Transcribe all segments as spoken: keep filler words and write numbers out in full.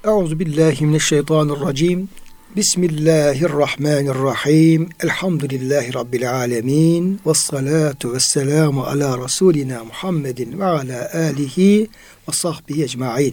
Euzubillahimineşşeytanirracim. Bismillahirrahmanirrahim. Elhamdülillahi Rabbil alemin. Vessalatu vesselamu ala Resulina Muhammedin ve ala alihi ve sahbihi ecmain.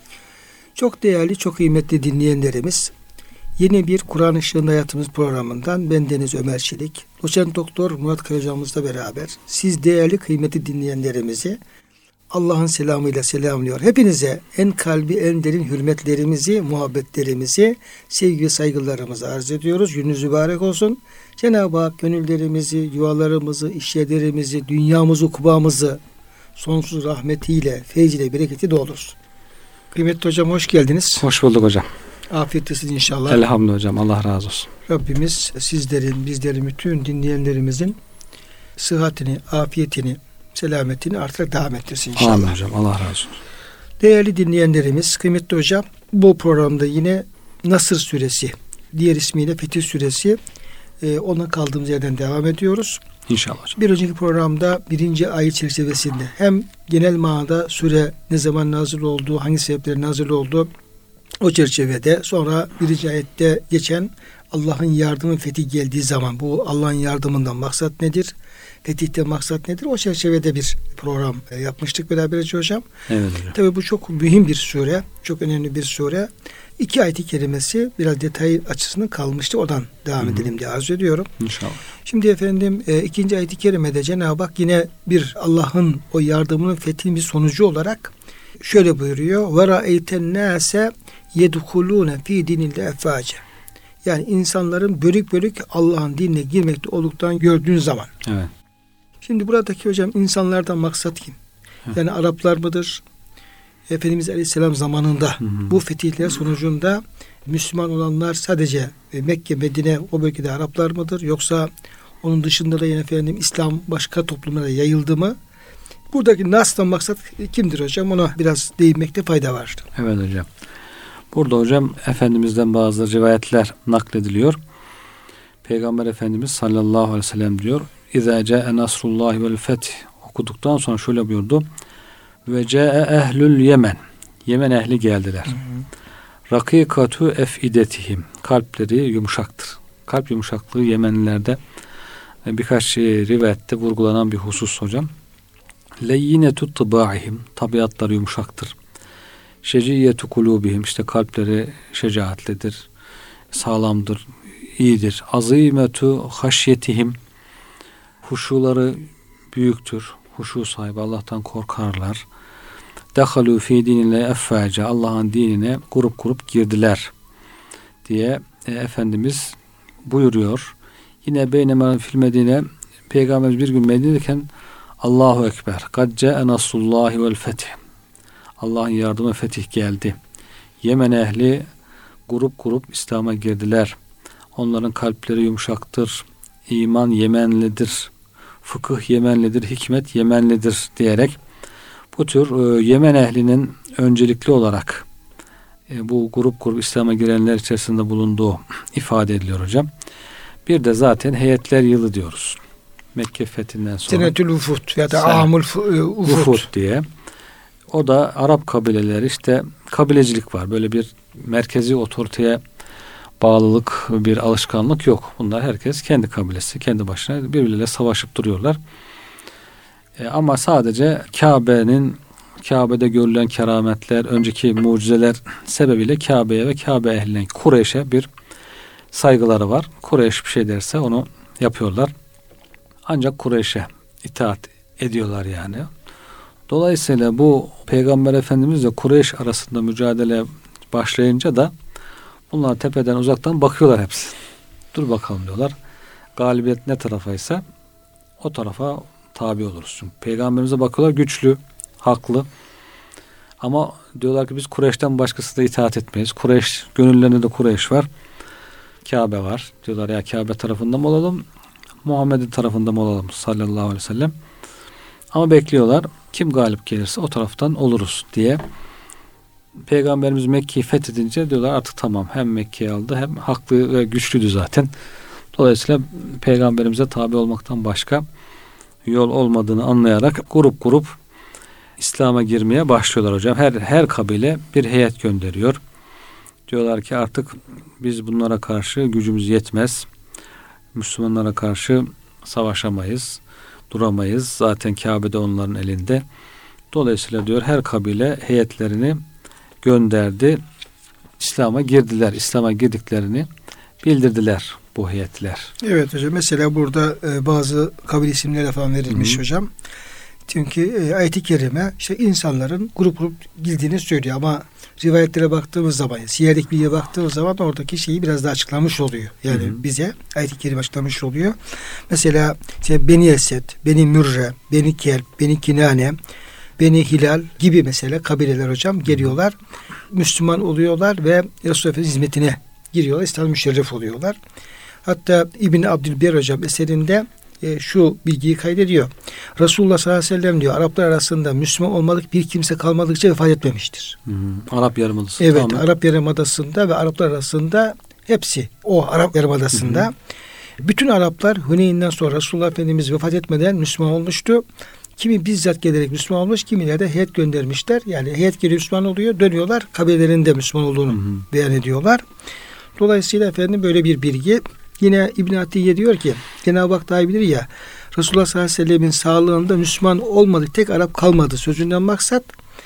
Çok değerli, çok kıymetli dinleyenlerimiz, yeni bir Kur'an Işığında Hayatımız programından bendeniz Ömer Çelik, Doçent Doktor Murat Karacamızla beraber siz değerli, kıymetli dinleyenlerimizi Allah'ın selamıyla selamlıyor. Hepinize en kalbi, en derin hürmetlerimizi, muhabbetlerimizi, sevgi ve saygılarımızı arz ediyoruz. Gününüz mübarek olsun. Cenab-ı Hak gönüllerimizi, yuvalarımızı, işyerlerimizi, dünyamızı, ukbamızı sonsuz rahmetiyle, feyziyle, bereketi doldursun. Kıymetli hocam, hoş geldiniz. Hoş bulduk hocam. Afiyettesiniz inşallah. Elhamdülillah hocam. Allah razı olsun. Rabbimiz sizlerin, bizlerin, bütün dinleyenlerimizin sıhhatini, afiyetini, selametini artık devam ettirsin inşallah. Amin hocam. Allah razı olsun. Değerli dinleyenlerimiz, kıymetli hocam, bu programda yine Nasr suresi, diğer ismiyle Fetih suresi, e, ona kaldığımız yerden devam ediyoruz. İnşallah hocam. Bir önceki programda birinci ayet çerçevesinde hem genel manada sure ne zaman nazil olduğu, hangi sebepleri nazil olduğu, o çerçevede, sonra birinci ayette geçen Allah'ın yardımı, fetih geldiği zaman bu Allah'ın yardımından maksat nedir? Fetihten maksat nedir? O çerçevede bir program yapmıştık beraberce hocam. Evet hocam. Tabii bu çok mühim bir sure, çok önemli bir sure. İki ayet-i kerimesi biraz detay açısından kalmıştı. Oradan devam Hı-hı. edelim diye arzu ediyorum. İnşallah. Şimdi efendim e, ikinci ayet-i kerimede Cenab-ı Hak yine bir Allah'ın o yardımının, fethin bir sonucu olarak şöyle buyuruyor. Ve ra'eyten nase yedhulune fi dinillah efvace. Yani insanların bölük bölük Allah'ın dinine girmekte olduktan gördüğün zaman. Evet. Şimdi buradaki hocam insanlardan maksat kim? Hı. Yani Araplar mıdır? Efendimiz Aleyhisselam zamanında hı hı. bu fetihler sonucunda Müslüman olanlar sadece Mekke, Medine o bölgede Araplar mıdır? Yoksa onun dışında da yine efendim İslam başka toplumlara yayıldı mı? Buradaki nas'tan maksat kimdir hocam? Ona biraz değinmekte fayda var. Evet hocam. Burada hocam Efendimiz'den bazı rivayetler naklediliyor. Peygamber Efendimiz sallallahu aleyhi ve sellem diyor. İzâ câe nasrullâhi vel feth okuduktan sonra şöyle buyurdu. Ve câe ehlül Yemen. Yemen ehli geldiler. Rakîkatu efidetihim. Kalpleri yumuşaktır. Kalp yumuşaklığı Yemenlilerde birkaç rivayette vurgulanan bir husus hocam. Leyyinetu tıbâihim. Tabiatları yumuşaktır. Şeciyyetu kulubihim. İşte kalpleri şecaatlidir. Sağlamdır. İyidir. Azîmetu haşyetihim. Huşuları büyüktür. Huşu sahibi, Allah'tan korkarlar. Dehalu fi dinille effâce. Allah'ın dinine grup grup girdiler diye e, Efendimiz buyuruyor. Yine Beynema fil Medine, Peygamberimiz bir gün Medine'deyken Allahu Ekber. Kad câe nasrullâhi vel fetih. Allah'ın yardımı, fetih geldi. Yemen ehli grup grup İslam'a girdiler. Onların kalpleri yumuşaktır. İman Yemenlidir. Fıkıh Yemenlidir. Hikmet Yemenlidir diyerek bu tür e, Yemen ehlinin öncelikli olarak e, bu grup grup İslam'a girenler içerisinde bulunduğu ifade ediliyor hocam. Bir de zaten heyetler yılı diyoruz. Mekke fethinden sonra. Senetül Ufud ya da Amul Ufud. Ufud diye. O da Arap kabileleri, işte kabilecilik var. Böyle bir merkezi otoriteye bağlılık, bir alışkanlık yok. Bunlar herkes kendi kabilesi, kendi başına birbirleriyle savaşıp duruyorlar. E, ama sadece Kabe'nin, Kabe'de görülen kerametler, önceki mucizeler sebebiyle Kabe'ye ve Kabe ehline, Kureyş'e bir saygıları var. Kureyş bir şey derse onu yapıyorlar. Ancak Kureyş'e itaat ediyorlar yani. Dolayısıyla bu Peygamber Efendimizle Kureyş arasında mücadele başlayınca da bunlar tepeden uzaktan bakıyorlar hepsi. Dur bakalım diyorlar. Galibiyet ne tarafaysa o tarafa tabi oluruz. Çünkü Peygamberimize bakıyorlar, güçlü, haklı. Ama diyorlar ki biz Kureyş'ten başkası da itaat etmeyiz. Kureyş, gönüllerinde de Kureyş var. Kabe var. Diyorlar ya Kabe tarafında mı olalım? Muhammed'in tarafında mı olalım? Sallallahu aleyhi ve sellem. Ama bekliyorlar. Kim galip gelirse o taraftan oluruz diye. Peygamberimiz Mekke'yi fethedince diyorlar artık tamam, hem Mekke'yi aldı hem haklı ve güçlüydü zaten. Dolayısıyla Peygamberimize tabi olmaktan başka yol olmadığını anlayarak grup grup İslam'a girmeye başlıyorlar hocam. Her her kabile bir heyet gönderiyor. Diyorlar ki artık biz bunlara karşı gücümüz yetmez. Müslümanlara karşı savaşamayız, duramayız. Zaten Kabe de onların elinde. Dolayısıyla diyor her kabile heyetlerini gönderdi. İslam'a girdiler. İslam'a girdiklerini bildirdiler bu heyetler. Evet hocam. Mesela burada e, bazı kabile isimleri falan verilmiş Hı-hı. hocam. Çünkü e, ayet-i kerime işte insanların grup grup girdiğini söylüyor ama rivayetlere baktığımız zaman, siyer-i bilgiye baktığımız zaman oradaki şeyi biraz daha açıklamış oluyor. Yani Hı-hı. bize ayet-i kerime açıklamış oluyor. Mesela işte Beni Esed, Beni Mürre, Beni Kelb, Beni Kinane, Beni Hilal gibi mesela kabileler hocam geliyorlar. Müslüman oluyorlar ve Resulullah Efendimiz'in hizmetine giriyorlar. İslam'a müşerref oluyorlar. Hatta İbn Abdülber hocam eserinde e, şu bilgiyi kaydediyor. Resulullah sallallahu aleyhi ve sellem diyor Araplar arasında Müslüman olmadık bir kimse kalmadıkça vefat etmemiştir. Hmm, Arap Yarımadası. Evet, tamamen. Arap Yarımadası'nda ve Araplar arasında hepsi o Arap Yarımadası'nda. Hı hı. Bütün Araplar Hüneyn'den sonra Resulullah Efendimiz vefat etmeden Müslüman olmuştu. Kimi bizzat gelerek Müslüman olmuş, kimileri de heyet göndermişler. Yani heyet geliyor Müslüman oluyor, dönüyorlar kabilelerinde Müslüman olduğunu hı hı. beyan ediyorlar. Dolayısıyla efendim böyle bir bilgi. Yine İbn Atiye diyor ki Cenab-ı Hak daha iyi bilir ya Resulullah sallallahu aleyhi ve sellemin sağlığında Müslüman olmadık tek Arap kalmadı sözünden maksat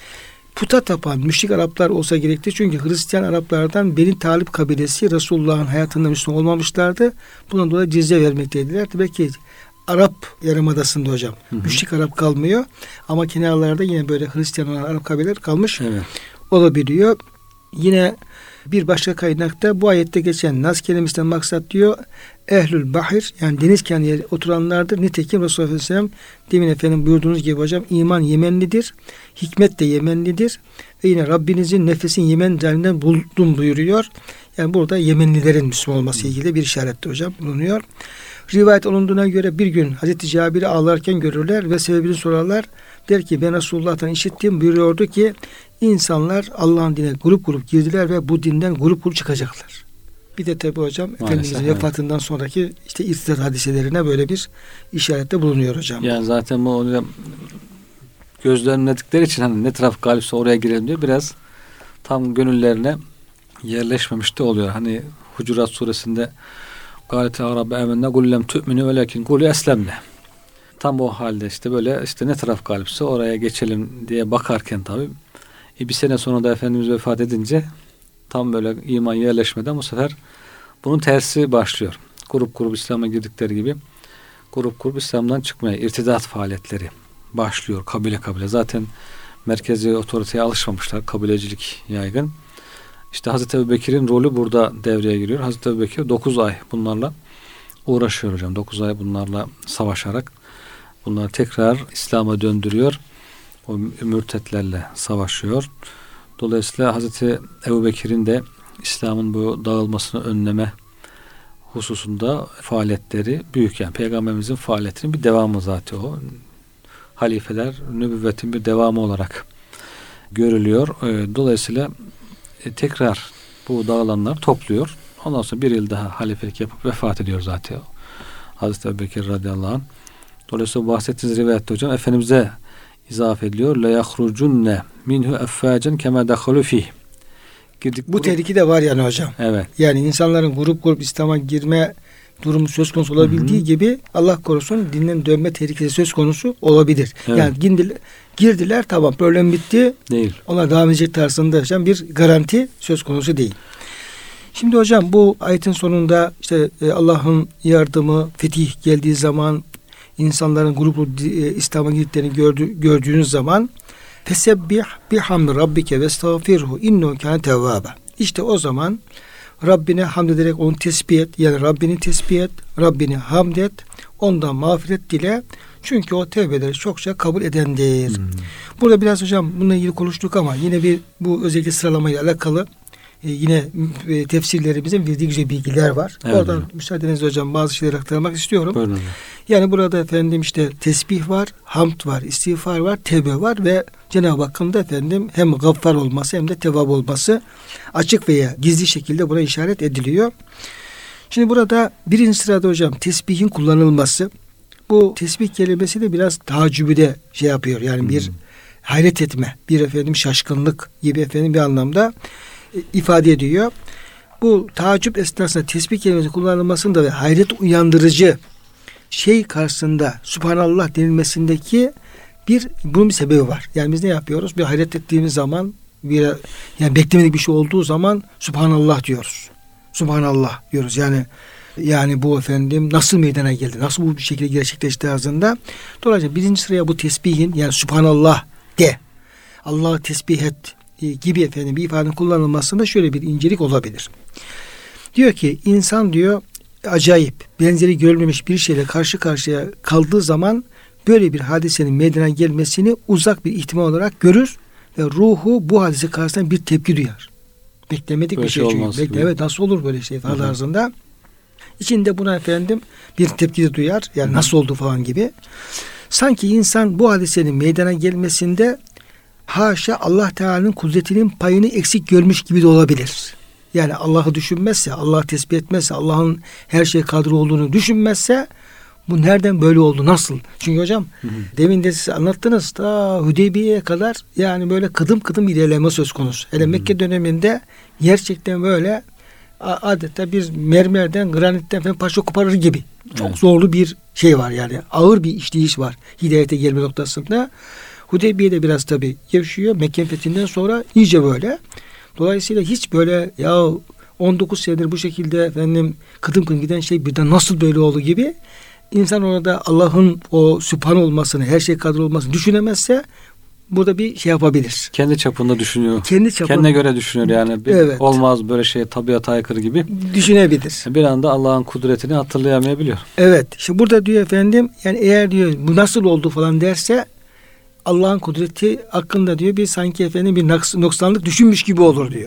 puta tapan müşrik Araplar olsa gerekti. Çünkü Hristiyan Araplardan Beni Talip kabilesi Resulullah'ın hayatında Müslüman olmamışlardı. Bundan dolayı cizye vermekteydiler. Tabii ki Arap Yarımadası'nda hocam. Hı hı. Müşrik Arap kalmıyor. Ama kenarlarda yine böyle Hristiyan olan Arap kabileler kalmış. Evet. Olabiliyor. Yine bir başka kaynakta bu ayette geçen nas kelimesinden maksat diyor ehlül bahir yani deniz kenarında oturanlardır. Nitekim Resulullah Aleyhisselam demin efendim buyurduğunuz gibi hocam iman Yemenlidir. Hikmet de Yemenlidir. Ve yine Rabbinizin nefesin Yemen caninden buldum buyuruyor. Yani burada Yemenlilerin Müslüman olması ilgili bir işarette hocam bulunuyor. Rivayet olunduğuna göre bir gün Hazreti Cabir'i ağlarken görürler ve sebebini sorarlar. Der ki ben Resulullah'tan işittim buyuruyordu ki insanlar Allah'ın dinine grup grup girdiler ve bu dinden grup grup çıkacaklar. Bir de tabi hocam Maalesef, Efendimiz'in evet. vefatından sonraki işte irtidat hadiselerine böyle bir işarette bulunuyor hocam. Yani zaten bu hocam gözlemledikleri için hani ne taraf galipse oraya girelim diyor. Biraz tam gönüllerine yerleşmemiş de oluyor. Hani Hucurat suresinde Galete Arabe emenne gullem tü'minu velakin gulü eslemne. Tam o halde işte böyle işte ne taraf galipse oraya geçelim diye bakarken tabii e bir sene sonra da Efendimiz vefat edince tam böyle iman yerleşmeden bu sefer bunun tersi başlıyor. Grup grup İslam'a girdikleri gibi grup grup İslam'dan çıkmaya irtidat faaliyetleri başlıyor kabile kabile. Zaten merkezi otoriteye alışmamışlar. Kabilecilik yaygın. İşte Hazreti Ebubekir'in rolü burada devreye giriyor. Hazreti Ebubekir dokuz ay bunlarla uğraşıyor hocam. dokuz ay bunlarla savaşarak bunları tekrar İslam'a döndürüyor. O mürtetlerle savaşıyor. Dolayısıyla Hazreti Ebubekir'in de İslam'ın bu dağılmasını önleme hususunda faaliyetleri büyük. Yani Peygamberimizin faaliyetinin bir devamı zaten o. Halifeler nübüvvetin bir devamı olarak görülüyor. Dolayısıyla tekrar bu dağılanlar topluyor. Ondan sonra bir yıl daha halifelik yapıp vefat ediyor zaten Hazreti Ebubekir radıyallahu anh. Dolayısıyla bahsettiğiniz rivayette hocam Efendimiz'e izaf ediliyor. La yahrucunne minhu effacen kema dakhalu fih. Girdik bu tehlike de var yani hocam. Evet. Yani insanların grup grup İslam'a girme durumu söz konusu olabildiği Hı-hı. gibi Allah korusun dinden dönme tehlikesi söz konusu olabilir. Evet. Yani girdiler, girdiler tamam problem bitti. Değil. Onlar devam edecek tarzında hocam bir garanti söz konusu değil. Şimdi hocam bu ayetin sonunda işte Allah'ın yardımı, fetih geldiği zaman insanların grubu İslam'a girdiklerini gördü, gördüğünüz zaman fesebbih bihamdi rabbike vestağfirhu innehu kâne tevvâbe. İşte o zaman Rabbine hamd ederek onu tesbih et. Yani Rabbini tesbih et. Rabbini hamd et. Ondan mağfiret dile. Çünkü o tevbeleri çokça kabul edendir. Hmm. Burada biraz hocam bununla ilgili konuştuk ama yine bir bu özellikle sıralamayla alakalı e, yine e, tefsirlerimizin verdiği güzel bilgiler var. Evet. Oradan hocam. Müsaadenizle hocam bazı şeyleri aktarmak istiyorum. Buyurun. Yani burada efendim işte tesbih var, hamd var, istiğfar var, tevbe var ve Cenab-ı Hakk'ın da efendim hem gaffar olması hem de tevvab olması açık veya gizli şekilde buna işaret ediliyor. Şimdi burada birinci sırada hocam tesbihin kullanılması. Bu tesbih kelimesi de biraz tacübüde şey yapıyor. Yani bir hmm. hayret etme, bir efendim şaşkınlık gibi efendim bir anlamda. ifade ediyor. Bu taaccüp esnasında tesbih kelimesi kullanılmasında ve hayret uyandırıcı şey karşısında Subhanallah denilmesindeki bir bunun bir sebebi var. Yani biz ne yapıyoruz? Bir hayret ettiğimiz zaman, bir yani beklemedik bir şey olduğu zaman Subhanallah diyoruz. Subhanallah diyoruz. Yani yani bu efendim nasıl meydana geldi? Nasıl bu bir şekilde gerçekleşti ağzında? Dolayısıyla birinci sıraya bu tesbihin yani Subhanallah de, Allah'ı tesbih et gibi efendim bir ifadenin kullanılmasında şöyle bir incelik olabilir. Diyor ki insan diyor acayip, benzeri görülmemiş bir şeyle karşı karşıya kaldığı zaman böyle bir hadisenin meydana gelmesini uzak bir ihtimal olarak görür ve ruhu bu hadise karşısında bir tepki duyar. Beklemedik böyle bir şey, şey çünkü. Bekleme, nasıl olur böyle şey falan tarzında. İçinde buna efendim bir tepki de duyar. Yani Hı-hı. nasıl oldu falan gibi. Sanki insan bu hadisenin meydana gelmesinde haşa Allah Teala'nın kudretinin payını eksik görmüş gibi de olabilir. Yani Allah'ı düşünmezse, Allah'ı tesbih etmezse, Allah'ın her şeye kadir olduğunu düşünmezse bu nereden böyle oldu, nasıl? Çünkü hocam hı hı. demin de siz anlattınız ta Hudeybiye'ye kadar yani böyle kıdım kıdım ilerleme söz konusu. Hele hı hı. Mekke döneminde gerçekten böyle adeta bir mermerden, granitten falan parça koparır gibi. Çok evet. zorlu bir şey var yani. Ağır bir işleyiş var hidayete gelme noktasında. Hudeybiye'de biraz tabii gevşiyor. Mekke fethinden sonra iyice böyle. Dolayısıyla hiç böyle ya on dokuz senedir bu şekilde efendim kıdım kıdım giden şey birden nasıl böyle oldu gibi insan orada Allah'ın o sübhan olmasını, her şey kadir olmasını düşünemezse burada bir şey yapabilir. Kendi çapında düşünüyor. Kendi çapında. Kendine göre düşünüyor yani. Bir evet. Olmaz böyle şey tabiata aykırı gibi. Düşünebilir. Bir anda Allah'ın kudretini hatırlayamayabiliyor. Evet. Şimdi burada diyor efendim yani eğer diyor bu nasıl oldu falan derse Allah'ın kudreti hakkında diyor bir sanki efendim bir noksanlık düşünmüş gibi olur diyor.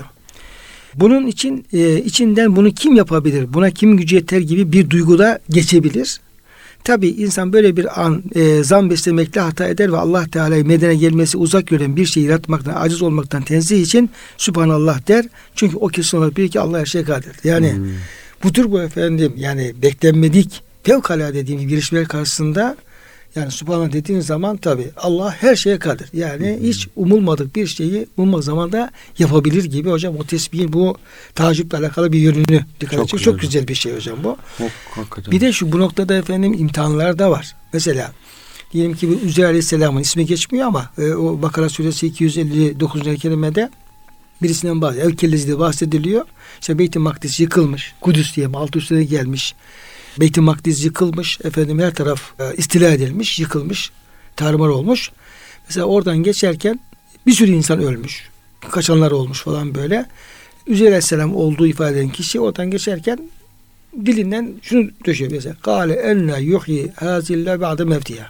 Bunun için e, içinden bunu kim yapabilir? Buna kim gücü yeter gibi bir duyguda geçebilir. Tabii insan böyle bir an e, zan beslemekle hata eder ve Allah Teala'yı medene gelmesi uzak gören bir şeyi yaratmaktan, aciz olmaktan tenzih için Sübhanallah der. Çünkü o kesin olarak bilir ki Allah her şeye kadir. Yani hmm. bu tür bu efendim yani beklenmedik fevkalade dediğim gibi girişimler karşısında yani Subhanallah dediğiniz zaman tabii Allah her şeye kadir. Yani hmm. hiç umulmadık bir şeyi umulmadık zamanda yapabilir gibi hocam o tesbihin bu tacüple alakalı bir yönünü dikkat edin. Çok, çok güzel bir şey hocam bu. Çok, bir de şu bu noktada efendim imtihanlar da var. Mesela diyelim ki bu Üzeyr Aleyhisselam'ın ismi geçmiyor ama e, o Bakara suresi iki yüz elli dokuzuncu kelimede birisinden bahsediyor. Evkelezide bahsediliyor. İşte Beyt-i Makdis yıkılmış. Kudüs diye alt üstüne gelmiş. Beyt-i Makdis yıkılmış, efendim her taraf e, istila edilmiş, yıkılmış, tarumar olmuş. Mesela oradan geçerken bir sürü insan ölmüş, kaçanlar olmuş falan böyle. Üzeyr Aleyhisselam olduğu ifade eden kişi oradan geçerken dilinden şunu döşüyor mesela. Kâle enne yuhyi hâzille ba'de mevtiha.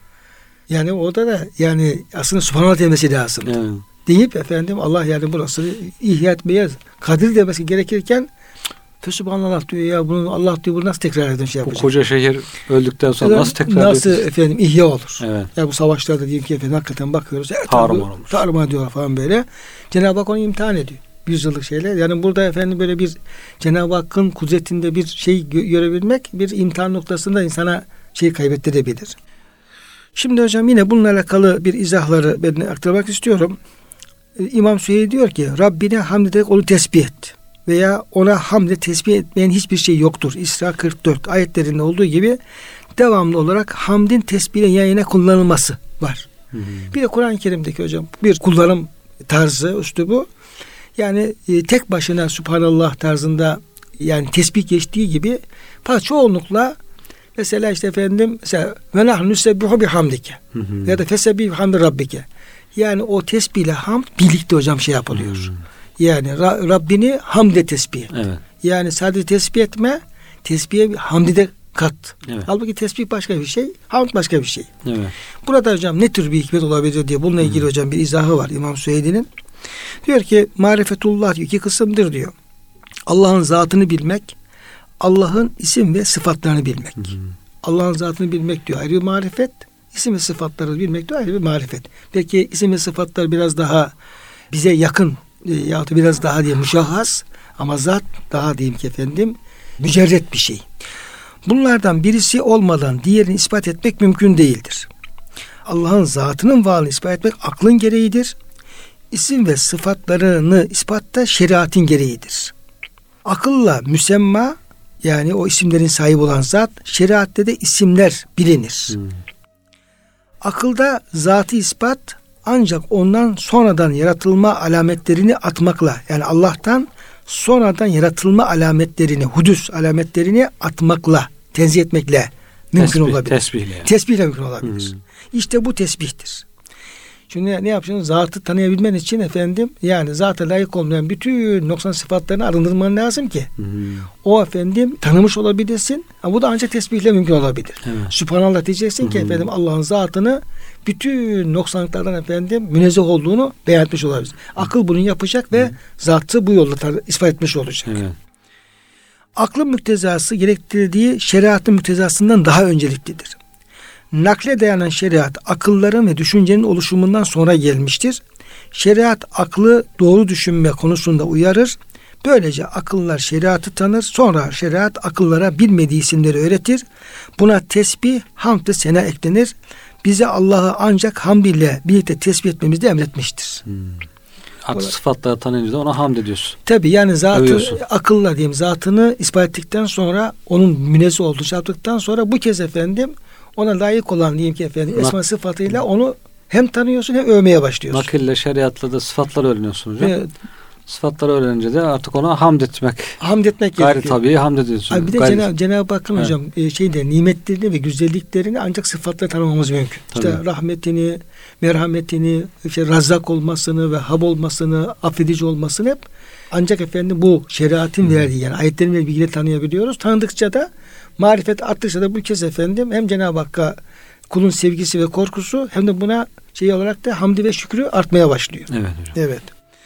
Yani orada da yani aslında Subhanallah demesi lazım. Evet. Deyip efendim Allah yani burası ihya etmeye kadir demesi gerekirken Fesubhanallah diyor ya bunu Allah diyor bunu nasıl tekrar edin şey yapacak. Bu koca şehir öldükten sonra nasıl tekrar nasıl edin? Efendim ihya olur. Evet. Ya bu savaşlarda diyelim ki efendim hakikaten bakıyoruz. Tarumar olmuş. Tarumar diyorlar falan böyle. Cenab-ı Hak onu imtihan ediyor. Yüzyıllık şeyler. Yani burada efendim böyle bir Cenab-ı Hakk'ın kudretinde bir şey gö- görebilmek bir imtihan noktasında insana şey kaybettirebilir. Şimdi hocam yine bununla alakalı bir izahları ben aktarmak istiyorum. İmam Süheyli diyor ki Rabbine hamd ederek onu tesbih et. Veya ona hamle tesbih etmeyen hiçbir şey yoktur. İsra kırk dört ayetlerinde olduğu gibi devamlı olarak hamdin tesbihin yan yana kullanılması var. Hı hı. Bir de Kur'an-ı Kerim'deki hocam bir kullanım tarzı, üslubu yani e, tek başına Subhanallah tarzında yani tesbih geçtiği gibi fakat çoğunlukla mesela işte efendim mesela ve nahnu nusebbihu bihamdike ya da fesebbih bihamdi rabbike yani o tesbihle hamd birlikte hocam şey yapılıyor. Hı hı. Yani Ra- Rabbini hamde tesbih et. Evet. Yani sadece tesbih etme, tesbihe hamdi de kat. Evet. Halbuki tesbih başka bir şey, hamd başka bir şey. Evet. Burada hocam ne tür bir hikmet olabilir diye bununla ilgili Hı. hocam bir izahı var İmam Süheyli'nin. Diyor ki marifetullah diyor, iki kısımdır diyor. Allah'ın zatını bilmek, Allah'ın isim ve sıfatlarını bilmek. Hı. Allah'ın zatını bilmek diyor ayrı bir marifet, isim ve sıfatları bilmek diyor ayrı bir marifet. Peki isim ve sıfatlar biraz daha bize yakın ya da biraz daha diye müşahhas ama zat daha diyeyim ki efendim mücerret bir şey. Bunlardan birisi olmadan diğerini ispat etmek mümkün değildir. Allah'ın zatının varlığını ispat etmek aklın gereğidir. isim ve sıfatlarını ispatta şeriatın gereğidir. Akılla müsemma, yani o isimlerin sahibi olan zat, şeriatte de isimler bilinir. Hmm. Akılda zatı ispat ancak ondan sonradan yaratılma alametlerini atmakla, yani Allah'tan sonradan yaratılma alametlerini, hudüs alametlerini atmakla, tenzih etmekle mümkün Tesbih, olabilir. Tesbihle. Yani. Tesbihle mümkün olabilir. Hmm. İşte bu tesbihtir. Şimdi ne, ne yapacaksın? Zatı tanıyabilmen için efendim, yani zata layık olmayan bütün noksan sıfatlarını arındırman lazım ki hmm. o efendim tanımış olabilirsin. Ama bu da ancak tesbihle mümkün olabilir. Evet. Sübhanallah diyeceksin hmm. ki efendim Allah'ın zatını bütün noksanlıklardan efendim münezzeh olduğunu beyan etmiş olabilir. Hmm. Akıl bunu yapacak ve hmm. zatı bu yolda tar- ispat etmiş olacak. Evet. Aklın müktezası gerektirdiği şeriatın müktezasından daha önceliklidir. Nakle dayanan şeriat akılların ve düşüncenin oluşumundan sonra gelmiştir. Şeriat aklı doğru düşünme konusunda uyarır. Böylece akıllar şeriatı tanır. Sonra şeriat akıllara bilmediği isimleri öğretir. Buna tesbih, hamd ve sena eklenir. Bize Allah'ı ancak hamd ile birlikte tesbih etmemizi de emretmiştir. Hmm. Ak sıfatları tanıyınca da ona hamd ediyorsun. Tabii yani zatı övüyorsun. Akılla diyeyim zatını ispat ettikten sonra, onun münezzeh olduğunu şey yaptıktan sonra bu kez efendim ona layık olan diyeyim ki efendim Nak- esma sıfatıyla onu hem tanıyorsun hem övmeye başlıyorsun. Nakille şeriatla da sıfatları öğreniyorsun hocam. Evet. Sıfatları öğrenince de artık ona hamd etmek. Hamd etmek gayri gerekiyor. Tabii hamd ediyorsun. Abi bir de Cenab- Cenab-ı Hakk'ın evet. hocam e, şeyde nimetlerini ve güzelliklerini ancak sıfatla tanımamız mümkün. Tabii. İşte rahmetini, merhametini, işte razzak olmasını ve hab olmasını, affedici olmasını hep ancak efendim bu şeriatın hmm. verdiği, yani ayetlerin verdiği bilgiyle tanıyabiliyoruz. Tanıdıkça da marifet arttıkça da bu kez efendim hem Cenab-ı Hakk'a kulun sevgisi ve korkusu hem de buna şey olarak da hamdi ve şükrü artmaya başlıyor. Evet hocam. Evet.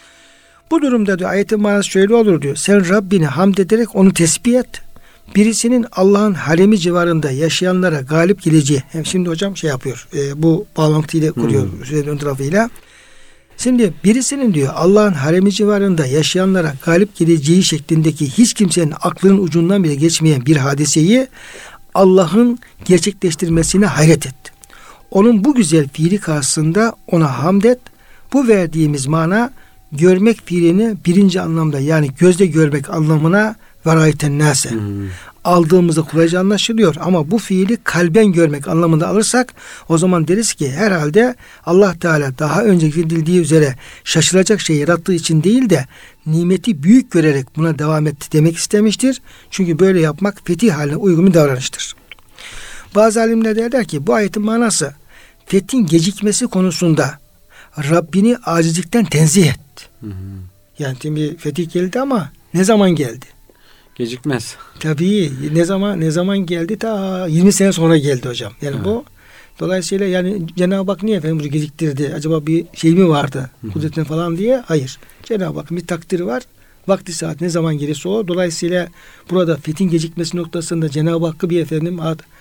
Bu durumda diyor ayetin manası şöyle olur diyor. Sen Rabbini hamd ederek onu tesbih et. Birisinin Allah'ın haremi civarında yaşayanlara galip geleceği. Hem şimdi hocam şey yapıyor. E, bu bağlantıyla kuruyor hmm. ön tarafıyla. Şimdi birisinin diyor Allah'ın haremi civarında yaşayanlara galip geleceği şeklindeki hiç kimsenin aklının ucundan bile geçmeyen bir hadiseyi Allah'ın gerçekleştirmesine hayret et. Onun bu güzel fiili karşısında ona hamd et. Bu verdiğimiz mana görmek fiilini birinci anlamda, yani gözle görmek anlamına verayeten nase hmm. aldığımızda kolayca anlaşılıyor. Ama bu fiili kalben görmek anlamında alırsak o zaman deriz ki herhalde Allah Teala daha önce bildiği üzere şaşılacak şey yarattığı için değil de nimeti büyük görerek buna devam etti demek istemiştir. Çünkü böyle yapmak fetih haline uygun bir davranıştır. Bazı alimler derler ki bu ayetin manası fethin gecikmesi konusunda Rabbini acizlikten tenzih et. Hı hı. Yani şimdi fetih geldi ama ne zaman geldi? Gecikmez. Tabii ne zaman ne zaman geldi? Ta yirmi sene sonra geldi hocam. Yani evet. bu dolayısıyla yani Cenab-ı Hak niye efendim bunu geciktirdi? Acaba bir şey mi vardı? Kudretine falan diye? Hayır. Cenab-ı Hakk'ın bir takdiri var. Vakti saat ne zaman gelirse o. Dolayısıyla burada fethin gecikmesi noktasında Cenab-ı Hakk'ı bir efendim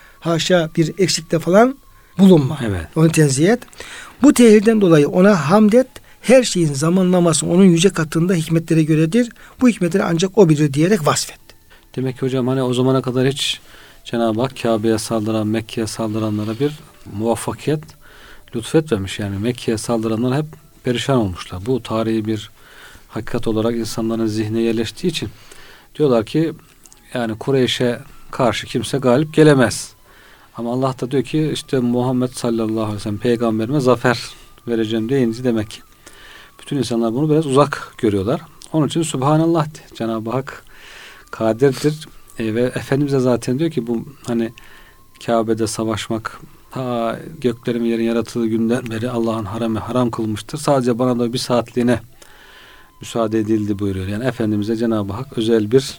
haşa bir eksikte falan bulunma. Evet. Onu tenzih et. Bu tehirden dolayı ona hamd et. Her şeyin zamanlaması onun yüce katında hikmetlere göredir. Bu hikmetleri ancak o bilir diyerek vasfet. Demek ki hocam hani o zamana kadar hiç Cenab-ı Hak Kabe'ye saldıran, Mekke'ye saldıranlara bir muvaffakiyet lütfetmemiş. Yani Mekke'ye saldıranlar hep perişan olmuşlar. Bu tarihi bir hakikat olarak insanların zihnine yerleştiği için diyorlar ki yani Kureyş'e karşı kimse galip gelemez. Ama Allah da diyor ki işte Muhammed sallallahu aleyhi ve sellem peygamberime zafer vereceğim deyince demek ki bütün insanlar bunu biraz uzak görüyorlar. Onun için Subhanallah Cenab-ı Hak kadirdir. E, ve Efendimiz de zaten diyor ki bu hani Kabe'de savaşmak ta göklerin yerin yaratıldığı günden beri Allah'ın harami haram kılmıştır. Sadece bana da bir saatliğine müsaade edildi buyuruyor. Yani Efendimiz'e Cenab-ı Hak özel bir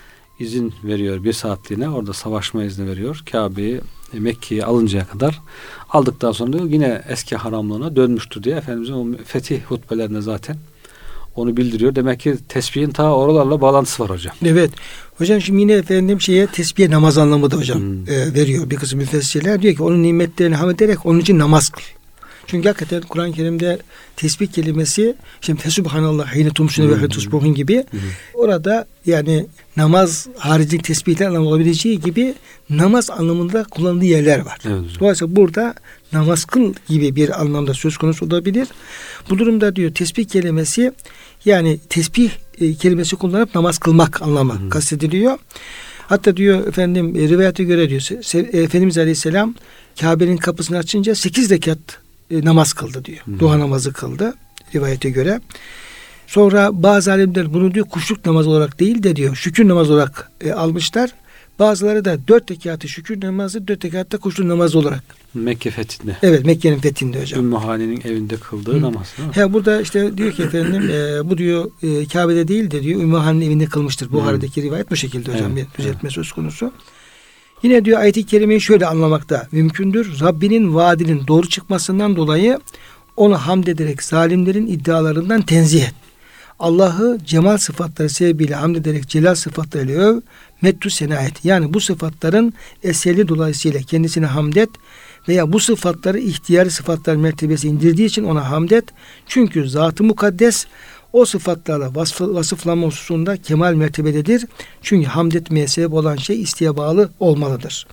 izin veriyor bir saatliğine. Orada savaşma izni veriyor. Kabe'yi Mekke'yi alıncaya kadar aldıktan sonra diyor, yine eski haramlığına dönmüştür diye Efendimiz'in o fetih hutbelerinde zaten onu bildiriyor. Demek ki tesbihin ta oralarla bağlantısı var hocam. Evet. Hocam şimdi yine efendim şeye tesbihe namaz anlamı da hocam hmm. e, veriyor bir kısım müfessirler. Diyor ki onun nimetlerini hamd ederek onun için namaz kıl. Çünkü hakikaten Kur'an-ı Kerim'de tesbih kelimesi, şimdi Fesubhanallah hine tumşune ve tusbuhun gibi hı hı. orada yani namaz harici tesbihler anlamı olabileceği gibi namaz anlamında kullanıldığı yerler var. Evet. Dolayısıyla burada namaz kıl gibi bir anlamda söz konusu olabilir. Bu durumda diyor tesbih kelimesi yani tesbih e, kelimesi kullanıp namaz kılmak anlamı hı hı. kastediliyor. Hatta diyor efendim e, rivayete göre diyor Se- Efendimiz Aleyhisselam Kabe'nin kapısını açınca sekiz rekat e, namaz kıldı diyor. Hmm. Duha namazı kıldı rivayete göre. Sonra bazı alimler bunu diyor kuşluk namazı olarak değil de diyor şükür namazı olarak e, almışlar. Bazıları da dört rekatı şükür namazı, dört rekatta kuşluk namazı olarak. Mekke fethinde. Evet, Mekke'nin fethinde hocam. Ümmü Hani'nin evinde kıldığı Hı. namaz değil mi? He, burada işte diyor ki efendim e, bu diyor e, Kabe'de değil de diyor Ümmü Hani'nin evinde kılmıştır. Buhari'deki rivayet bu şekilde hocam, evet, bir düzeltme evet. söz konusu. Yine diyor ayet-i kerimeyi şöyle anlamakta mümkündür. Rabbinin vaadinin doğru çıkmasından dolayı onu hamd ederek zalimlerin iddialarından tenzih et. Allah'ı cemal sıfatları sebebiyle hamd ederek celal sıfatlarıyla öv, meddü sena et. Yani bu sıfatların eseri dolayısıyla kendisine hamd et veya bu sıfatları ihtiyari sıfatlar mertebesi indirdiği için ona hamd et. Çünkü zat-ı mukaddes o sıfatlarla vasf, vasıflanma hususunda kemal mertebededir. Çünkü hamd etmeye sebep olan şey isteğe bağlı olmalıdır.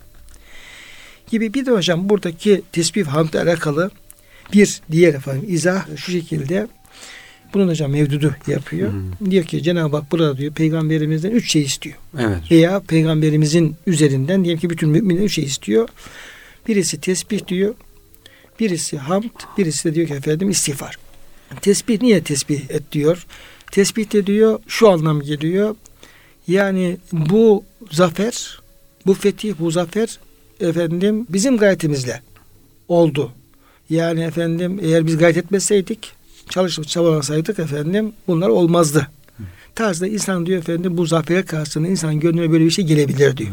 Gibi bir de hocam buradaki tesbih hamdle alakalı bir diğer efendim izah şu şekilde. Bunun hocam mevdudu yapıyor. Hmm. Diyor ki Cenab-ı Hak burada diyor peygamberimizden üç şey istiyor. Evet. Veya peygamberimizin üzerinden diyelim ki bütün müminler üç şey istiyor. Birisi tesbih diyor. Birisi hamd. Birisi de diyor ki efendim istiğfar. Tesbih niye tesbih et diyor. Tesbih de diyor şu anlam geliyor. Yani bu zafer, bu fetih, bu zafer efendim bizim gayretimizle oldu. Yani efendim eğer biz gayret etmeseydik, çalışıp çabalasaydık efendim bunlar olmazdı. Hı. Tarzda insan diyor efendim bu zafere karşısında insanın gönlüne böyle bir şey gelebilir diyor. Hı.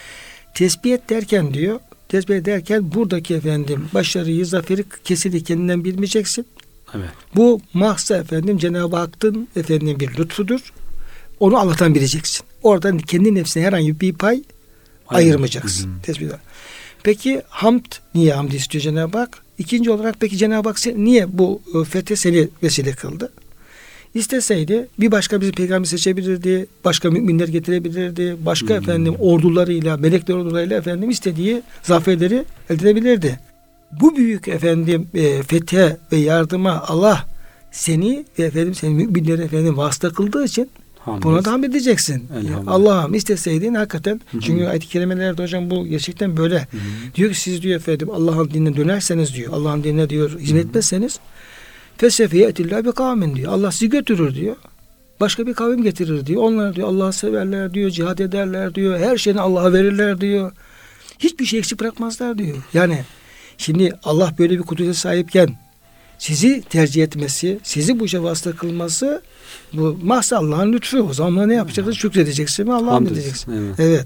Tesbih et derken diyor, tesbih ederken buradaki efendim başarıyı, zaferi kesinlikle kendinden bilmeyeceksin. Evet. Bu mahsa efendim Cenab-ı Hakk'ın efendim bir lütfudur. Onu Allah'tan bileceksin. Oradan kendi nefsine herhangi bir pay Aynen. ayırmayacaksın. Tesbih. Peki hamd niye hamd istiyor Cenab-ı Hak? İkinci olarak peki Cenab-ı Hak niye bu fethi seni vesile kıldı? İsteseydi bir başka bizi peygamber seçebilirdi, başka müminler getirebilirdi, başka hmm. efendim ordularıyla, melekler ordularıyla efendim istediği zaferleri elde edebilirdi. Bu büyük efendim e, fethe ve yardıma Allah seni ve efendim senin müminleri efendim vasıta kıldığı için Hamd buna da hamd edeceksin. Allah'ım isteseydin hakikaten Hı-hı. çünkü ayet-i kerimelerde hocam bu gerçekten böyle. Hı-hı. Diyor ki siz diyor efendim Allah'ın dinine dönerseniz diyor, Allah'ın dinine diyor hizmet etmezseniz fesefiyetillâh bi kavmin diyor. Allah sizi götürür diyor. Başka bir kavim getirir diyor. Onlar diyor Allah'ı severler diyor, cihad ederler diyor. Her şeyini Allah'a verirler diyor. Hiçbir şey eksik bırakmazlar diyor. Yani şimdi Allah böyle bir kudrete sahipken sizi tercih etmesi, sizi bu işe vasıta kılması bu mahsa Allah'ın lütfu. O zaman ne yapacaksın? Şükredeceksin mi? Allah'a mı edeceksin? Evet. evet.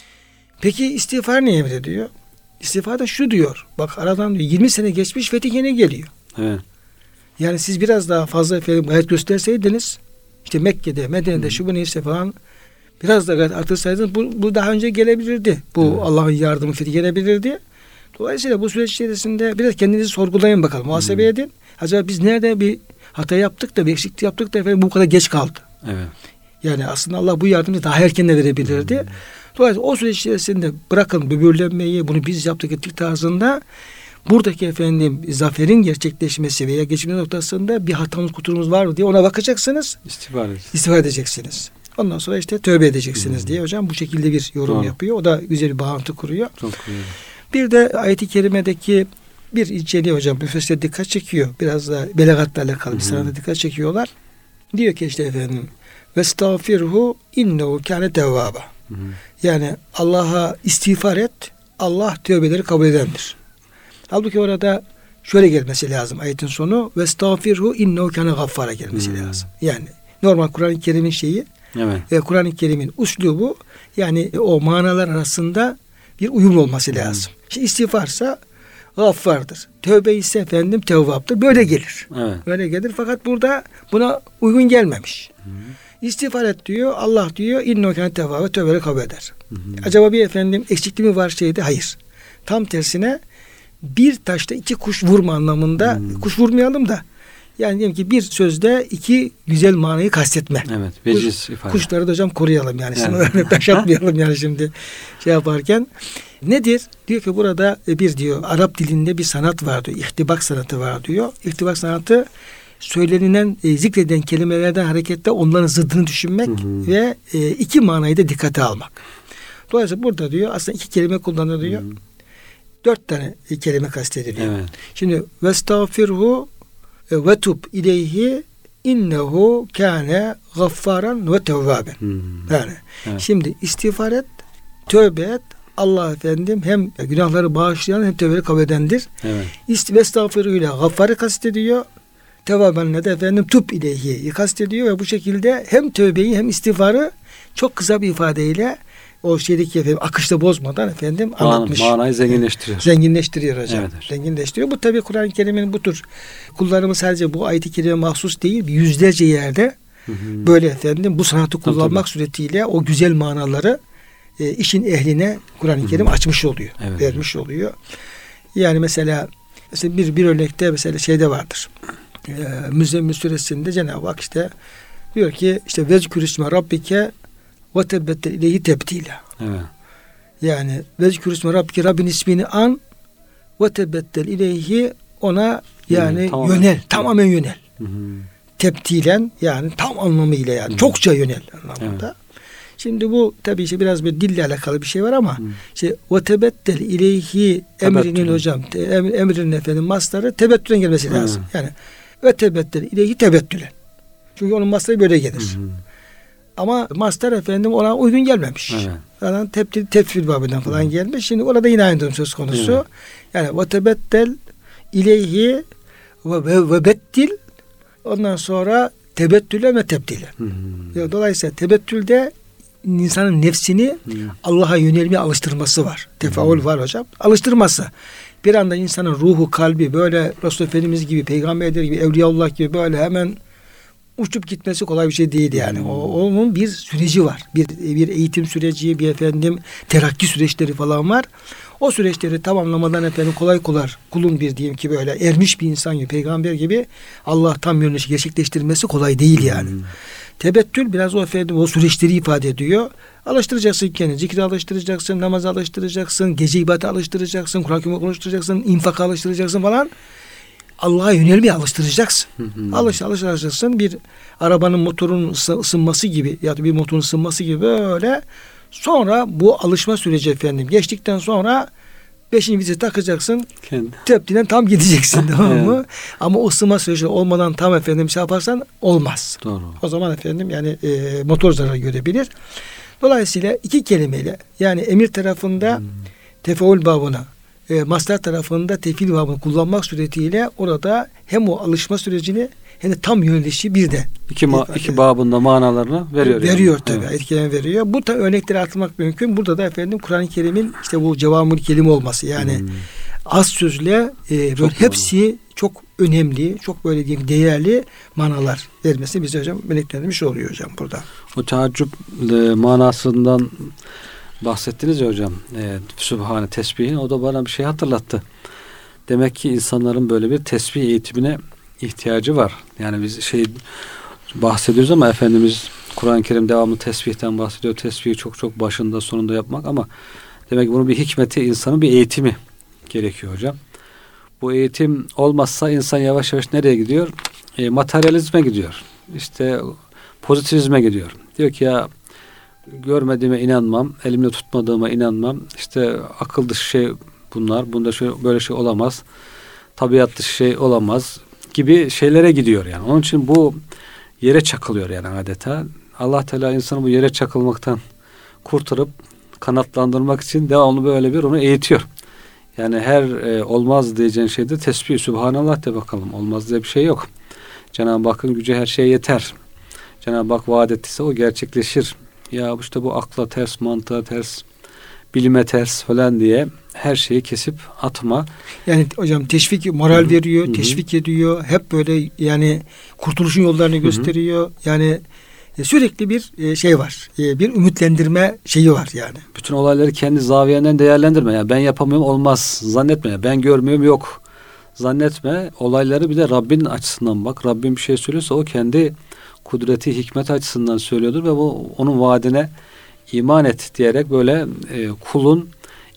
Peki istiğfar niye emrediyor? İstiğfar da şu diyor. Bak aradan diyor yirmi sene geçmiş fetih yine geliyor. Evet. Yani siz biraz daha fazla efendim gayret gösterseydiniz işte Mekke'de, Medine'de, şu bu neyse falan biraz da gayret artırsaydınız bu, bu daha önce gelebilirdi. Bu evet. Allah'ın yardımı fetih gelebilirdi. Dolayısıyla bu süreç içerisinde biraz kendinizi sorgulayın bakalım. Muhasebe hmm. edin. Acaba biz nerede bir hata yaptık da bir eksiklik yaptık da efendim bu kadar geç kaldı. Evet. Yani aslında Allah bu yardımı daha erken de verebilirdi. Hmm. Dolayısıyla o süreç içerisinde bırakın böbürlenmeyi, bunu biz yaptık ettik tarzında buradaki efendim zaferin gerçekleşmesi veya geçme noktasında bir hatamız kuturumuz var mı diye ona bakacaksınız. İstiğfar edeceksiniz. İstiğfar edeceksiniz. Ondan sonra işte tövbe edeceksiniz hmm. diye hocam bu şekilde bir yorum Doğru. yapıyor. O da güzel bir bağıntı kuruyor. Çok güzel. Bir de ayet-i kerimedeki bir inceliği hocam müfessirler dikkat çekiyor. Biraz da belagatla alakalı bir sanata dikkat çekiyorlar. Diyor ki işte efendim vestağfirhu innehu kâne tevvâba. Yani Allah'a istiğfar et. Allah tövbeleri kabul edendir. Halbuki orada şöyle gelmesi lazım ayetin sonu vestağfirhu innehu kâne gaffara gelmesi hmm. lazım. Yani normal Kur'an-ı Kerim'in şeyi evet. e, Kur'an-ı Kerim'in uslubu yani e, o manalar arasında bir uyum olması lazım. Hmm. Şimdi istiğfarsa gaffardır. Tövbe ise efendim tevvaptır. Böyle gelir. Evet. Böyle gelir. Fakat burada buna uygun gelmemiş. Hmm. İstiğfar et diyor. Allah diyor innehu kâne tevvâbe tövbeleri kabul eder. Hmm. Acaba bir efendim eksikliği mi var şeyde? Hayır. Tam tersine bir taşta iki kuş vurma anlamında. Hmm. Kuş vurmayalım da. Yani diyelim ki bir sözde iki güzel manayı kastetme. Evet. Veciz ifade. Kuşları da hocam koruyalım yani. Evet. Taş atmayalım yani şimdi şey yaparken. Nedir? Diyor ki burada bir diyor Arap dilinde bir sanat var diyor. İhtibak sanatı var diyor. İhtibak sanatı söylenilen, e, zikreden kelimelerden hareketle onların zıddını düşünmek, hı hı, ve e, iki manayı da dikkate almak. Dolayısıyla burada diyor aslında iki kelime kullanılıyor. Hı hı. Dört tane kelime kastediliyor. Evet. Şimdi vestağfirhu ve tub ileyhi innehu kâne gaffaran ve tevvâben. Yani evet, şimdi istiğfar et, tövbe et. Allah efendim hem günahları bağışlayan hem tövbeleri kabul edendir. Evet. Vestağfirhu ile gaffarı kastediyor. Tevvâbenle de efendim tub ileyhi kastediyor ve bu şekilde hem tövbeyi hem istiğfarı çok kısa bir ifadeyle o şeydeki efendim akışta bozmadan efendim Man, anlatmış. Manayı zenginleştiriyor. Zenginleştiriyor hocam. Evet. Zenginleştiriyor. Bu tabii Kur'an-ı Kerim'in bu tür kullanımı sadece bu ayet-i kerime mahsus değil. Yüzlerce yerde, hı hı, böyle efendim bu sanatı kullanmak tabii, suretiyle o güzel manaları e, işin ehline Kur'an-ı Kerim, hı hı, açmış oluyor. Evet. Vermiş oluyor. Yani mesela, mesela bir, bir örnekte mesela şeyde vardır. Ee, Müzzemmil suresinde Cenab-ı Hak işte diyor ki işte vezkür isme rabbike ve tebbettel ileyhi tebtile. Evet. Yani vezkür isme rabbike, Rabbin ismini an ve tebbettel ileyhi, ona yani evet, tamamen yönel, tamamen yönel. Hı hı. Tebtilen yani tam anlamıyla yani, hı, çokça yönel anlamında. Evet. Şimdi bu tabii işte biraz bir dille alakalı bir şey var ama, hı, işte ve tebbettel ileyhi emrinin hocam em, emrinin efendim mastarı tebettülen gelmesi lazım. Hı. Yani ve tebettül ileyhi tebettülen. Çünkü onun mastarı böyle gelir. Hı hı. Ama mastar efendim ona uygun gelmemiş. Yani tebtil, tefsir babından falan, hı, gelmiş. Şimdi orada yine aynı durum söz konusu. Hı. Yani ve tebettel ileyhi ve, ve, ve bettil, ondan sonra tebettüle ve tebdile. Dolayısıyla tebettülde insanın nefsini Allah'a yönelmeye alıştırması var. Tefaül, hı, var hocam. Alıştırması. Bir anda insanın ruhu, kalbi böyle Resul Efendimiz gibi, peygamberler gibi, evliyaullah gibi böyle hemen uçup gitmesi kolay bir şey değil yani. Hmm. O, onun bir süreci var. Bir bir eğitim süreci, bir efendim terakki süreçleri falan var. O süreçleri tamamlamadan efendim kolay kolay kulun bir diyelim ki böyle ermiş bir insan gibi, peygamber gibi Allah tam yönünü gerçekleştirmesi kolay değil yani. Hmm. Tebettül biraz o efendim o süreçleri ifade ediyor. Alıştıracaksın kendini. Zikre alıştıracaksın, namaza alıştıracaksın, gece ibadete alıştıracaksın, Kur'an okumayı alıştıracaksın, infaka alıştıracaksın falan. Allah'a yönelmeye alıştıracaksın. Hı hı. Alış, alıştıracaksın. Bir arabanın motorunun ısınması gibi ya da bir motorun ısınması gibi böyle. Sonra bu alışma süreci efendim geçtikten sonra beşinci vitese takacaksın. Tepkiden tam gideceksin, tamam mı? Evet. Ama o ısınma süreci olmadan tam efendim şey yaparsan olmaz. Doğru. O zaman efendim yani e, motor zarar görebilir. Dolayısıyla iki kelimeyle yani emir tarafında hmm. tefaül babına, e, mastar tarafında tefil babını kullanmak suretiyle orada hem o alışma sürecini hem de tam yönelişi bir de iki, ma- iki babında manalarını veriyor. Veriyor yani. tabii. Evet. Etkilerini veriyor. Bu da örnekleri atmak mümkün. Burada da efendim Kur'an-ı Kerim'in işte bu cevamül kelime olması yani hmm. az sözle e, böyle hepsi önemli. Çok önemli, çok böyle diyeyim değerli manalar vermesi bize hocam örneklenmiş oluyor hocam burada. O taaccüp e, manasından bahsettiniz ya hocam. E, Sübhane tesbihin, o da bana bir şey hatırlattı. Demek ki insanların böyle bir tesbih eğitimine ihtiyacı var. Yani biz şey bahsediyoruz ama Efendimiz Kur'an-ı Kerim devamlı tesbihten bahsediyor. Tesbihi çok çok başında sonunda yapmak ama demek ki bunun bir hikmeti, insanın bir eğitimi gerekiyor hocam. Bu eğitim olmazsa insan yavaş yavaş nereye gidiyor? E, materyalizme gidiyor. İşte pozitivizme gidiyor. Diyor ki ya görmediğime inanmam, elimle tutmadığıma inanmam. İşte akıl dışı şey bunlar. Bunda şöyle, böyle şey olamaz. Tabiat dışı şey olamaz gibi şeylere gidiyor yani. Onun için bu yere çakılıyor yani adeta. Allah Teala insanı bu yere çakılmaktan kurtarıp kanatlandırmak için devamlı böyle bir onu eğitiyor. Yani her e, olmaz diyeceğin şeyde tesbih, Sübhanallah de bakalım. Olmaz diye bir şey yok. Cenab-ı Hakk'ın gücü her şeye yeter. Cenab-ı Hak vaat ettiyse o gerçekleşir. Ya işte bu akla ters, mantığa ters, bilime ters falan diye her şeyi kesip atma. Yani hocam teşvik, moral Hı-hı. veriyor, teşvik Hı-hı. ediyor. Hep böyle yani kurtuluşun yollarını gösteriyor. Hı-hı. Yani E, sürekli bir e, şey var. E, bir ümitlendirme şeyi var yani. Bütün olayları kendi zaviyenden değerlendirme. Yani ben yapamıyorum, olmaz zannetme. Ben görmüyorum, yok zannetme. Olayları bir de Rabbin açısından bak. Rabbin bir şey söylüyorsa o kendi kudreti, hikmet açısından söylüyordur ve bu onun vaadine iman et diyerek böyle e, kulun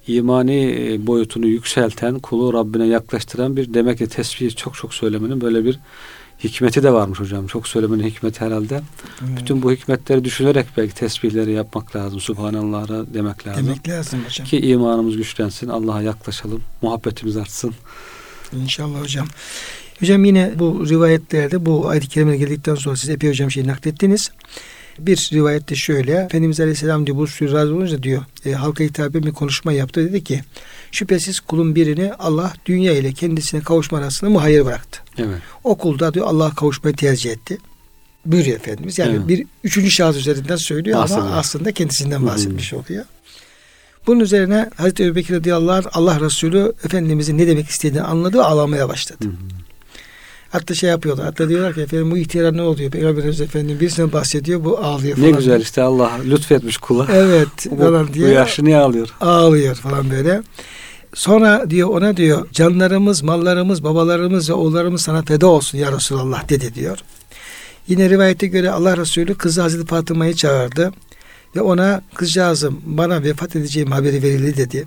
imani boyutunu yükselten, kulu Rabbine yaklaştıran bir, demek ki tesbih çok çok söylemenin böyle bir hikmeti de varmış hocam. Çok söylemenin hikmeti herhalde. Hmm. Bütün bu hikmetleri düşünerek belki tesbihleri yapmak lazım. Subhanallah'a demek lazım. Demek lazım hocam. Ki imanımız güçlensin, Allah'a yaklaşalım, muhabbetimiz artsın. İnşallah hocam. Hocam yine bu rivayetlerde bu ayet-i kerimeler geldikten sonra siz epey hocam şey naklettiniz. Bir rivayette şöyle, Efendimiz Aleyhisselam diyor bu sürü razı olunca diyor e, halka hitaben bir konuşma yaptı, dedi ki şüphesiz kulun birini Allah dünya ile kendisine kavuşma arasında muhayyer bıraktı. Evet. O kul da diyor Allah'a kavuşmayı tercih etti. Buyuruyor Efendimiz. Yani evet. bir üçüncü şahıs üzerinden söylüyor Aslında. ama aslında kendisinden bahsetmiş hmm. oluyor. Bunun üzerine Hazreti Ebubekir radıyallahu anh Allah Resulü Efendimizin ne demek istediğini anladı ve ağlamaya başladı. Hmm. Hatta şey yapıyorlar. Hatta diyorlar ki efendim bu ihtiyar ne oluyor? Peygamberimiz Efendim birisine bahsediyor. Bu ağlıyor falan. Ne güzel diye. işte Allah lütfetmiş kula. Evet. bu, falan diye. Bu yaşlı niye ağlıyor? Ağlıyor falan böyle. Sonra diyor ona diyor canlarımız, mallarımız, babalarımız ve oğullarımız sana feda olsun ya Resulallah dedi diyor. Yine rivayete göre Allah Resulü kızı Hazreti Fatıma'yı çağırdı. Ve ona kızcağızım bana vefat edeceğim haberi verildi dedi.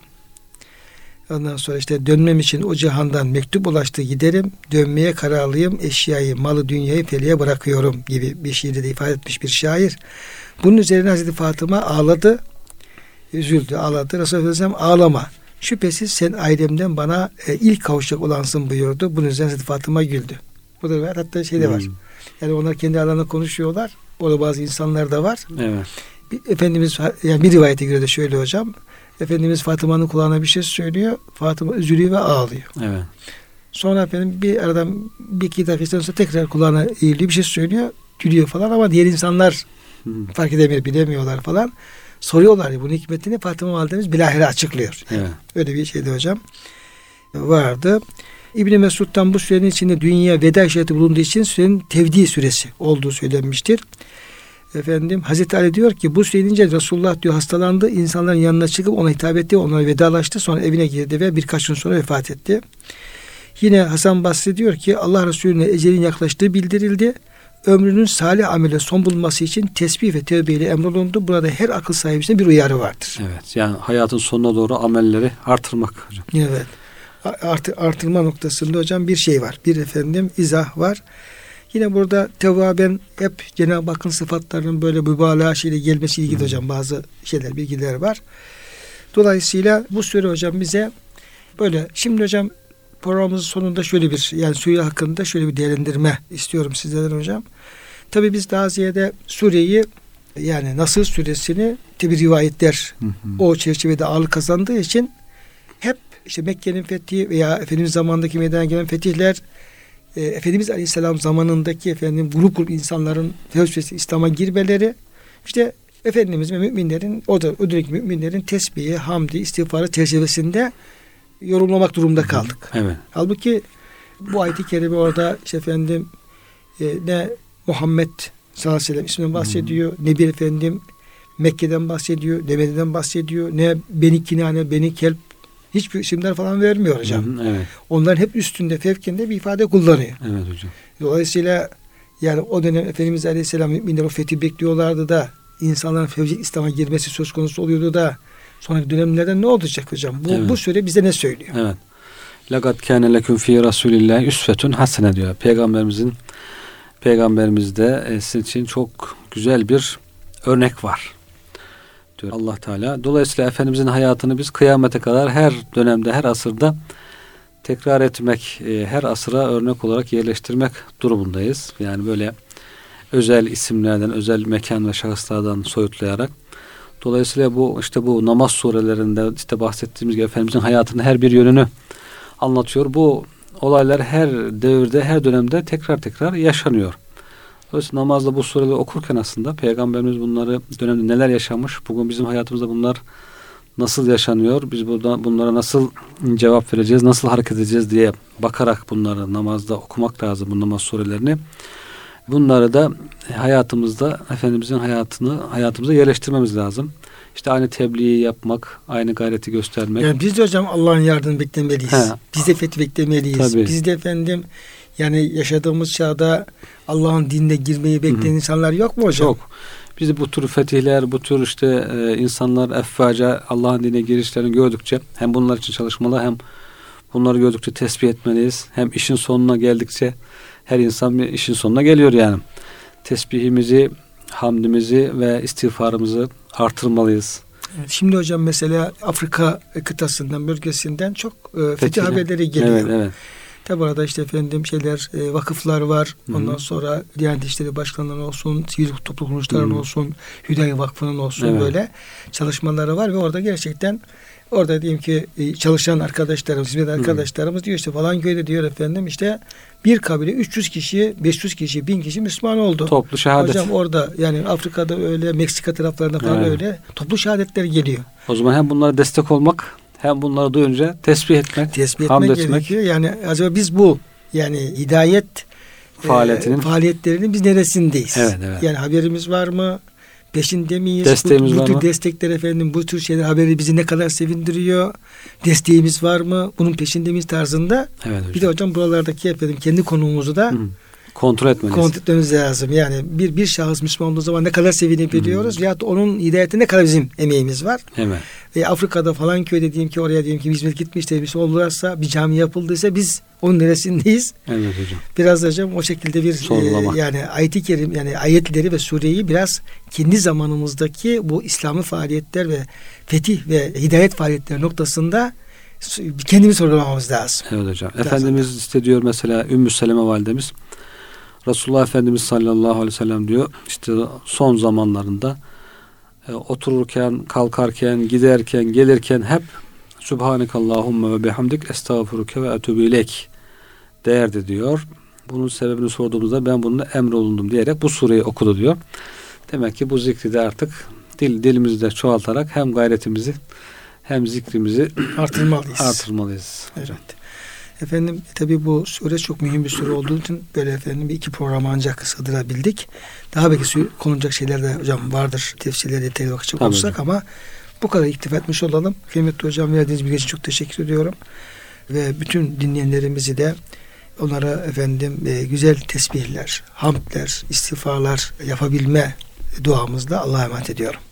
Ondan sonra işte dönmem için o cihandan mektup ulaştı giderim. Dönmeye kararlıyım. Eşyayı, malı, dünyayı feleğe bırakıyorum gibi bir şiirde de ifade etmiş bir şair. Bunun üzerine Hazreti Fatıma ağladı. Üzüldü, ağladı. Resulullah Aleyhisselam ağlama. Şüphesiz sen ailemden bana e, ilk kavuşacak olansın buyurdu. Bunun üzerine Hazreti Fatıma güldü. Bu da var. Hatta şey de var. Hmm. Yani onlar kendi aralarında konuşuyorlar. Orada bazı insanlar da var. Evet. Efendimiz yani bir rivayete göre de şöyle hocam. Efendimiz Fatıma'nın kulağına bir şey söylüyor. Fatıma üzülüyor ve ağlıyor. Evet. Sonra efendim bir aradan bir iki dakika sonra tekrar kulağına eğiliyor, bir şey söylüyor. Gülüyor falan ama diğer insanlar hmm. fark edemiyor, bilemiyorlar falan. Soruyorlar ya bunun hikmetini Fatıma validemiz bilahare açıklıyor. Yani evet. Öyle bir şeydi hocam. Vardı. İbn Mesud'dan bu sürenin içinde dünyaya veda işareti bulunduğu için sürenin tevdi süresi olduğu söylenmiştir. Efendim Hazreti Ali diyor ki bu sürenince Resulullah diyor hastalandı. İnsanların yanına çıkıp ona hitap etti. Onlara vedalaştı. Sonra evine girdi ve birkaç gün sonra vefat etti. Yine Hasan Basri diyor ki Allah Resulüne ecelin yaklaştığı bildirildi. Ömrünün salih amele son bulması için tesbih ve tevbe ile emrolundu. Burada her akıl sahibisine bir uyarı vardır. Evet. Yani hayatın sonuna doğru amelleri artırmak hocam. Evet. Artı, artırma noktasında hocam bir şey var. Bir efendim izah var. Yine burada tevvaben hep Cenab-ı Hakk'ın sıfatlarının böyle mübalağa şeyle gelmesiyle ilgili hmm. hocam bazı şeyler, bilgiler var. Dolayısıyla bu sure hocam bize böyle, şimdi hocam programımızın sonunda şöyle bir, yani sure hakkında şöyle bir değerlendirme istiyorum sizlerden hocam. Tabii biz daha ziyade sureyi, yani Nasr suresini tabi rivayetler hmm. o çerçevede ağırlık kazandığı için hep işte Mekke'nin fethi veya Efendimiz zamanındaki meydana gelen fetihler, e, Efendimiz Aleyhisselam zamanındaki efendim grup grup insanların fevzfesi İslam'a girmeleri, işte Efendimiz ve müminlerin, o da o dönemki müminlerin tesbihi, hamdi, istiğfarı çerçevesinde yorumlamak durumunda kaldık. Evet. Halbuki bu ayet-i kerime orada işte efendim e, ne Muhammed sallallahu aleyhi ve sellem isminden bahsediyor, hmm. ne bir efendim Mekke'den bahsediyor, ne Medine'den bahsediyor, ne Beni Kinane, Beni Kelp, hiçbir isimler falan vermiyor hocam. Hı, evet. Onların hep üstünde, fevkinde bir ifade kullanıyor. Evet hocam. Dolayısıyla yani o dönem Efendimiz Aleyhisselam müminler o fethi bekliyorlardı da insanların fevzi İslam'a girmesi söz konusu oluyordu da sonraki dönemlerden ne olacak hocam? Bu, evet. bu süre bize ne söylüyor? Evet. لَقَدْ كَانَ لَكُمْ ف۪ي رَسُولِ اللّٰهِ üsvetun hasene diyor. Peygamberimizin Peygamberimizde sizin için çok güzel bir örnek var diyor Allah Teala. Dolayısıyla Efendimizin hayatını biz kıyamete kadar her dönemde, her asırda tekrar etmek, her asıra örnek olarak yerleştirmek durumundayız. Yani böyle özel isimlerden, özel mekan ve şahıslardan soyutlayarak. Dolayısıyla bu işte bu namaz surelerinde işte bahsettiğimiz gibi Efendimizin hayatının her bir yönünü anlatıyor. Bu olaylar her devirde, her dönemde tekrar tekrar yaşanıyor. Dolayısıyla namazda bu sureleri okurken aslında Peygamberimiz bunları dönemde neler yaşamış, bugün bizim hayatımızda bunlar nasıl yaşanıyor, biz burada bunlara nasıl cevap vereceğiz, nasıl hareket edeceğiz diye bakarak bunları namazda okumak lazım, bu namaz surelerini. Bunları da hayatımızda Efendimizin hayatını hayatımıza yerleştirmemiz lazım. İşte aynı tebliği yapmak, aynı gayreti göstermek. Yani biz de hocam Allah'ın yardımını beklemeliyiz. He. Biz de fethi beklemeliyiz. Tabii. Biz de efendim yani yaşadığımız çağda Allah'ın dinine girmeyi bekleyen Hı-hı. insanlar yok mu hocam? Çok. Biz de bu tür fetihler, bu tür işte e, insanlar effaca Allah'ın dinine girişlerini gördükçe hem bunlar için çalışmalı, hem bunları gördükçe tesbih etmeliyiz. Hem işin sonuna geldikçe her insan bir işin sonuna geliyor yani. Tesbihimizi, hamdimizi ve istiğfarımızı artırmalıyız. Şimdi hocam mesela Afrika kıtasından, bölgesinden çok e, fetih haberleri geliyor. Evet, evet. Tabi arada işte efendim şeyler, e, vakıflar var. Hı-hı. Ondan sonra Diyanet İşleri Başkanlığı'nın olsun, sivil toplum kuruluşlarının olsun, Hüdayi Vakfı'nın olsun, evet, böyle çalışmaları var ve orada gerçekten orada diyelim ki çalışan arkadaşlarımız, hizmet arkadaşlarımız diyor işte falan köyde diyor efendim işte bir kabile üç yüz kişi, beş yüz kişi, bin kişi Müslüman oldu. Toplu şehadet. Hocam orada yani Afrika'da öyle, Meksika taraflarında falan, evet, öyle toplu şehadetler geliyor. O zaman hem bunlara destek olmak, hem bunları duyunca tesbih etmek, tesbih hamd etmek gerekiyor. Yani acaba biz bu yani hidayet faaliyetinin e, faaliyetlerinin biz neresindeyiz? Evet, evet. Yani haberimiz var mı? Peşinde miyiz? Desteğimiz bu, bu var tür mı? Destekler efendim, bu tür şeyler haberi bizi ne kadar sevindiriyor? Desteğimiz var mı? Bunun peşinde miyiz tarzında? Evet, bir de hocam buralardaki efendim kendi konumumuzu da Hı. kontrol etmeliyiz. Kontrol etmemiz lazım. Yani bir bir şahıs Müslüman olduğu zaman ne kadar sevinebiliyoruz hmm. veyahut onun hidayetinde ne kadar bizim emeğimiz var. Evet. Ve Afrika'da falan köyde diyelim ki oraya diyelim ki hizmet gitmişse, bir şey olursa, bir cami yapıldıysa biz onun neresindeyiz? Evet hocam. Biraz hocam o şekilde bir e, yani ayet-i kerim, yani ayetleri ve sureyi biraz kendi zamanımızdaki bu İslami faaliyetler ve fetih ve hidayet faaliyetleri noktasında kendimizi sorgulamamız lazım. Evet hocam. Biraz Efendimiz sonra işte diyor mesela Ümmü Seleme validemiz, Resulullah Efendimiz sallallahu aleyhi ve sellem diyor işte son zamanlarında e, otururken, kalkarken, giderken, gelirken hep Subhanekallahumma ve bihamdik estağfuruke ve etûbü ileyk derdi diyor. Bunun sebebini sorduğumuzda ben bununla emrolundum diyerek bu sureyi okudu diyor. Demek ki bu zikri de artık dil dilimizde çoğaltarak hem gayretimizi hem zikrimizi artırmalıyız. artırmalıyız hocam. Evet. Efendim tabi bu sure çok mühim bir sure olduğu için böyle efendim bir iki program ancak sığdırabildik. Daha belki konulacak şeyler de hocam vardır. Tefsirleri detaylı bakacak olursak ama bu kadar iktifa etmiş olalım. Kıymetli hocam, verdiğiniz bilgi için çok teşekkür ediyorum. Ve bütün dinleyenlerimizi de onlara efendim e, güzel tesbihler, hamdler, istiğfarlar yapabilme duamızla Allah'a emanet ediyorum.